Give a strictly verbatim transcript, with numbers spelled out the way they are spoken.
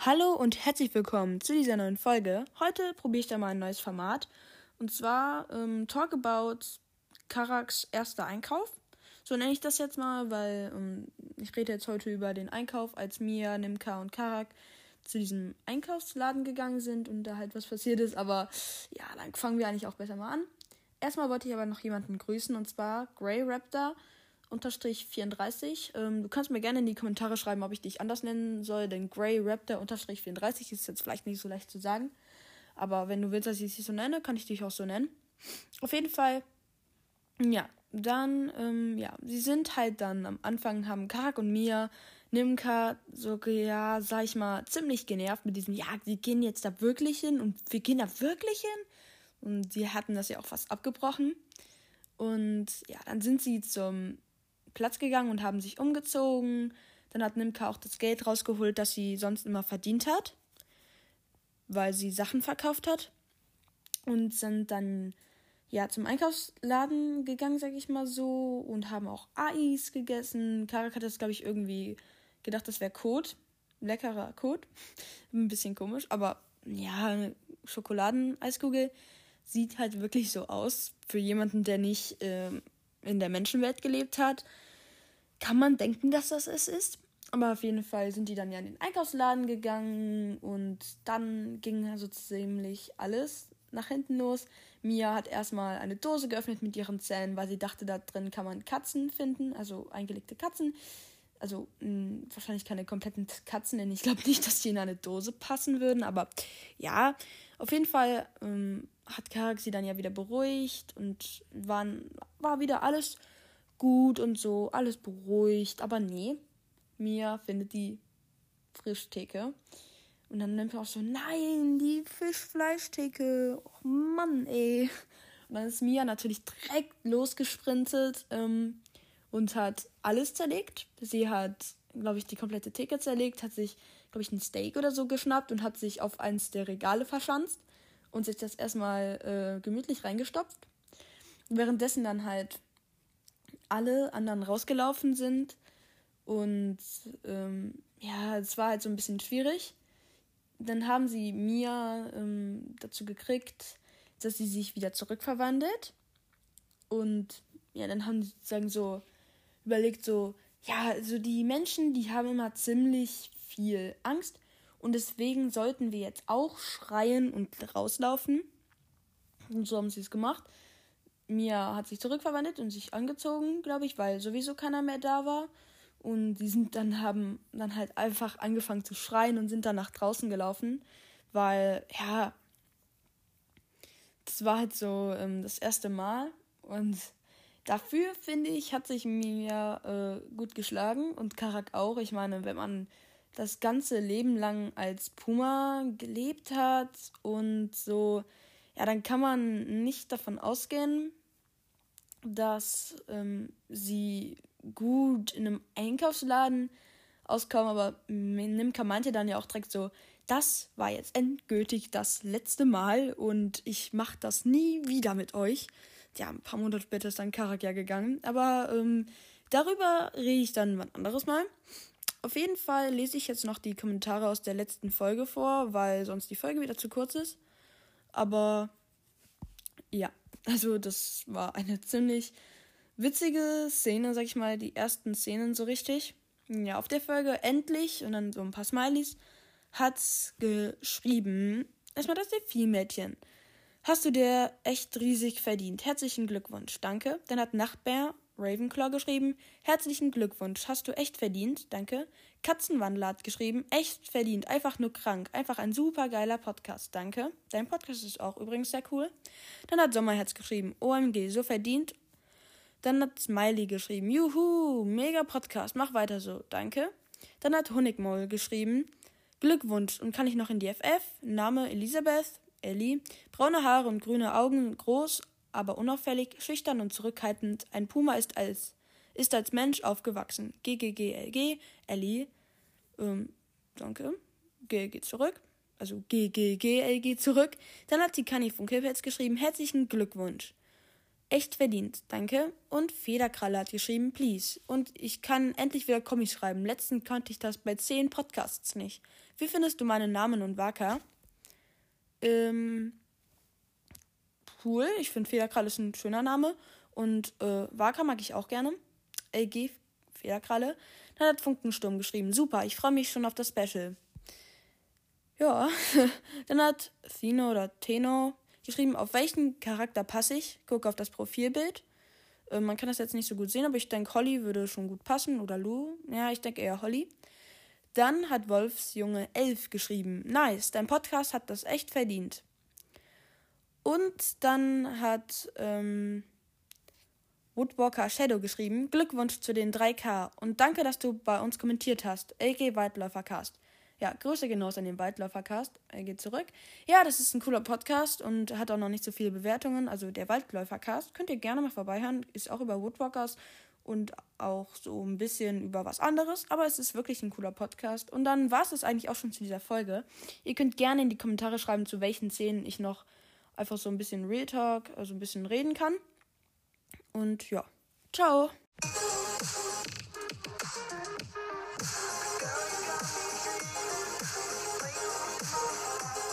Hallo und herzlich willkommen zu dieser neuen Folge. Heute probiere ich da mal ein neues Format. Und zwar ähm, Talk About Karaks erster Einkauf. So nenne ich das jetzt mal, weil ähm, ich rede jetzt heute über den Einkauf, als Mia, Nimka und Karak zu diesem Einkaufsladen gegangen sind und da halt was passiert ist. Aber ja, dann fangen wir eigentlich auch besser mal an. Erstmal wollte ich aber noch jemanden grüßen, und zwar Grey Raptor unterstrich vierunddreißig. Ähm, du kannst mir gerne in die Kommentare schreiben, ob ich dich anders nennen soll, denn Grey Raptor unterstrich vierunddreißig ist jetzt vielleicht nicht so leicht zu sagen. Aber wenn du willst, dass ich dich so nenne, kann ich dich auch so nennen. Auf jeden Fall, ja, dann, ähm, ja, sie sind halt dann am Anfang, haben Karak und Mia, Nimka, so, ja, sag ich mal, ziemlich genervt mit diesem, ja, sie gehen jetzt da wirklich hin und wir gehen da wirklich hin. Und die hatten das ja auch fast abgebrochen. Und ja, dann sind sie zum Platz gegangen und haben sich umgezogen. Dann hat Nimka auch das Geld rausgeholt, das sie sonst immer verdient hat, weil sie Sachen verkauft hat. Und sind dann ja zum Einkaufsladen gegangen, sag ich mal so, und haben auch Eis gegessen. Karak hat das, glaube ich, irgendwie gedacht, das wäre Kot. Leckerer Kot. Ein bisschen komisch, aber ja, eine Schokoladeneiskugel sieht halt wirklich so aus. Für jemanden, der nicht äh, in der Menschenwelt gelebt hat, kann man denken, dass das es ist. Aber auf jeden Fall sind die dann ja in den Einkaufsladen gegangen und dann ging so ziemlich alles nach hinten los. Mia hat erstmal eine Dose geöffnet mit ihren Zähnen, weil sie dachte, da drin kann man Katzen finden, also eingelegte Katzen. Also mh, wahrscheinlich keine kompletten Katzen, denn ich glaube nicht, dass die in eine Dose passen würden. Aber ja, auf jeden Fall ähm, hat Karak sie dann ja wieder beruhigt und waren, war wieder alles gut und so, alles beruhigt. Aber nee, Mia findet die Frischtheke. Und dann nimmt er auch so, nein, die Fischfleischtheke. Och Mann, ey. Und dann ist Mia natürlich direkt losgesprintet ähm, und hat alles zerlegt. Sie hat, glaube ich, die komplette Theke zerlegt, hat sich, glaube ich, ein Steak oder so geschnappt und hat sich auf eins der Regale verschanzt und sich das erstmal äh, gemütlich reingestopft. Währenddessen dann halt alle anderen rausgelaufen sind und ähm, ja, es war halt so ein bisschen schwierig. Dann haben sie Mia ähm, dazu gekriegt, dass sie sich wieder zurückverwandelt. Und ja, dann haben sie sozusagen so überlegt, so, ja, also die Menschen, die haben immer ziemlich viel Angst. Und deswegen sollten wir jetzt auch schreien und rauslaufen. Und so haben sie es gemacht. Mia hat sich zurückverwandelt und sich angezogen, glaube ich, weil sowieso keiner mehr da war. Und die sind dann, haben dann halt einfach angefangen zu schreien und sind dann nach draußen gelaufen, weil, ja, das war halt so ähm, das erste Mal. Und dafür, finde ich, hat sich Mia äh, gut geschlagen und Karak auch. Ich meine, wenn man das ganze Leben lang als Puma gelebt hat und so, ja, dann kann man nicht davon ausgehen, dass ähm, sie gut in einem Einkaufsladen auskommen, aber Nimka meinte dann ja auch direkt so, das war jetzt endgültig das letzte Mal und ich mach das nie wieder mit euch. Ja, ein paar Monate später ist dann Karak ja gegangen, aber ähm, darüber rede ich dann wann anderes Mal. Auf jeden Fall lese ich jetzt noch die Kommentare aus der letzten Folge vor, weil sonst die Folge wieder zu kurz ist. Aber ja, also das war eine ziemlich witzige Szene, sag ich mal, die ersten Szenen so richtig. Ja, auf der Folge endlich, und dann so ein paar Smileys, hat's geschrieben, erstmal das Delfinmädchen. Hast du dir echt riesig verdient. Herzlichen Glückwunsch, danke. Dann hat Nachtbär Ravenclaw geschrieben, herzlichen Glückwunsch, hast du echt verdient, danke. Katzenwandler hat geschrieben, echt verdient, einfach nur krank, einfach ein super geiler Podcast, danke. Dein Podcast ist auch übrigens sehr cool. Dann hat Sommerherz geschrieben, O M G, so verdient. Dann hat Smiley geschrieben, juhu, mega Podcast, mach weiter so, danke. Dann hat Honigmaul geschrieben, Glückwunsch, und kann ich noch in die F F? Name Elisabeth, Ellie, braune Haare und grüne Augen, groß, aber unauffällig, schüchtern und zurückhaltend. Ein Puma ist als, ist als Mensch aufgewachsen. G G G L G, Ellie, ähm, danke, G geht zurück, also G G G L G zurück. Dann hat die Kanni Funkelpelz geschrieben, herzlichen Glückwunsch. Echt verdient, danke. Und Federkralle hat geschrieben, please. Und ich kann endlich wieder Comics schreiben. Letztens konnte ich das bei zehn Podcasts nicht. Wie findest du meinen Namen und Waka? Ähm, cool. Ich finde Federkralle ist ein schöner Name. Und äh, Waka mag ich auch gerne. L G Federkralle. Dann hat Funkensturm geschrieben. Super, ich freue mich schon auf das Special. Ja, dann hat Thino oder Teno geschrieben, auf welchen Charakter passe ich? Guck auf das Profilbild. Äh, man kann das jetzt nicht so gut sehen, aber ich denke, Holly würde schon gut passen. Oder Lou. Ja, ich denke eher Holly. Dann hat Wolfsjunge elf geschrieben. Nice, dein Podcast hat das echt verdient. Und dann hat ähm, Woodwalker Shadow geschrieben. Glückwunsch zu den drei K. Und danke, dass du bei uns kommentiert hast. L G Waldläufercast. Ja, Grüße gehen raus an den Waldläufercast. Er geht zurück. Ja, das ist ein cooler Podcast und hat auch noch nicht so viele Bewertungen. Also der Waldläufercast. Könnt ihr gerne mal vorbeihören. Ist auch über Woodwalkers und auch so ein bisschen über was anderes. Aber es ist wirklich ein cooler Podcast. Und dann war es eigentlich auch schon zu dieser Folge. Ihr könnt gerne in die Kommentare schreiben, zu welchen Szenen ich noch einfach so ein bisschen Real Talk, also ein bisschen reden kann. Und ja, ciao.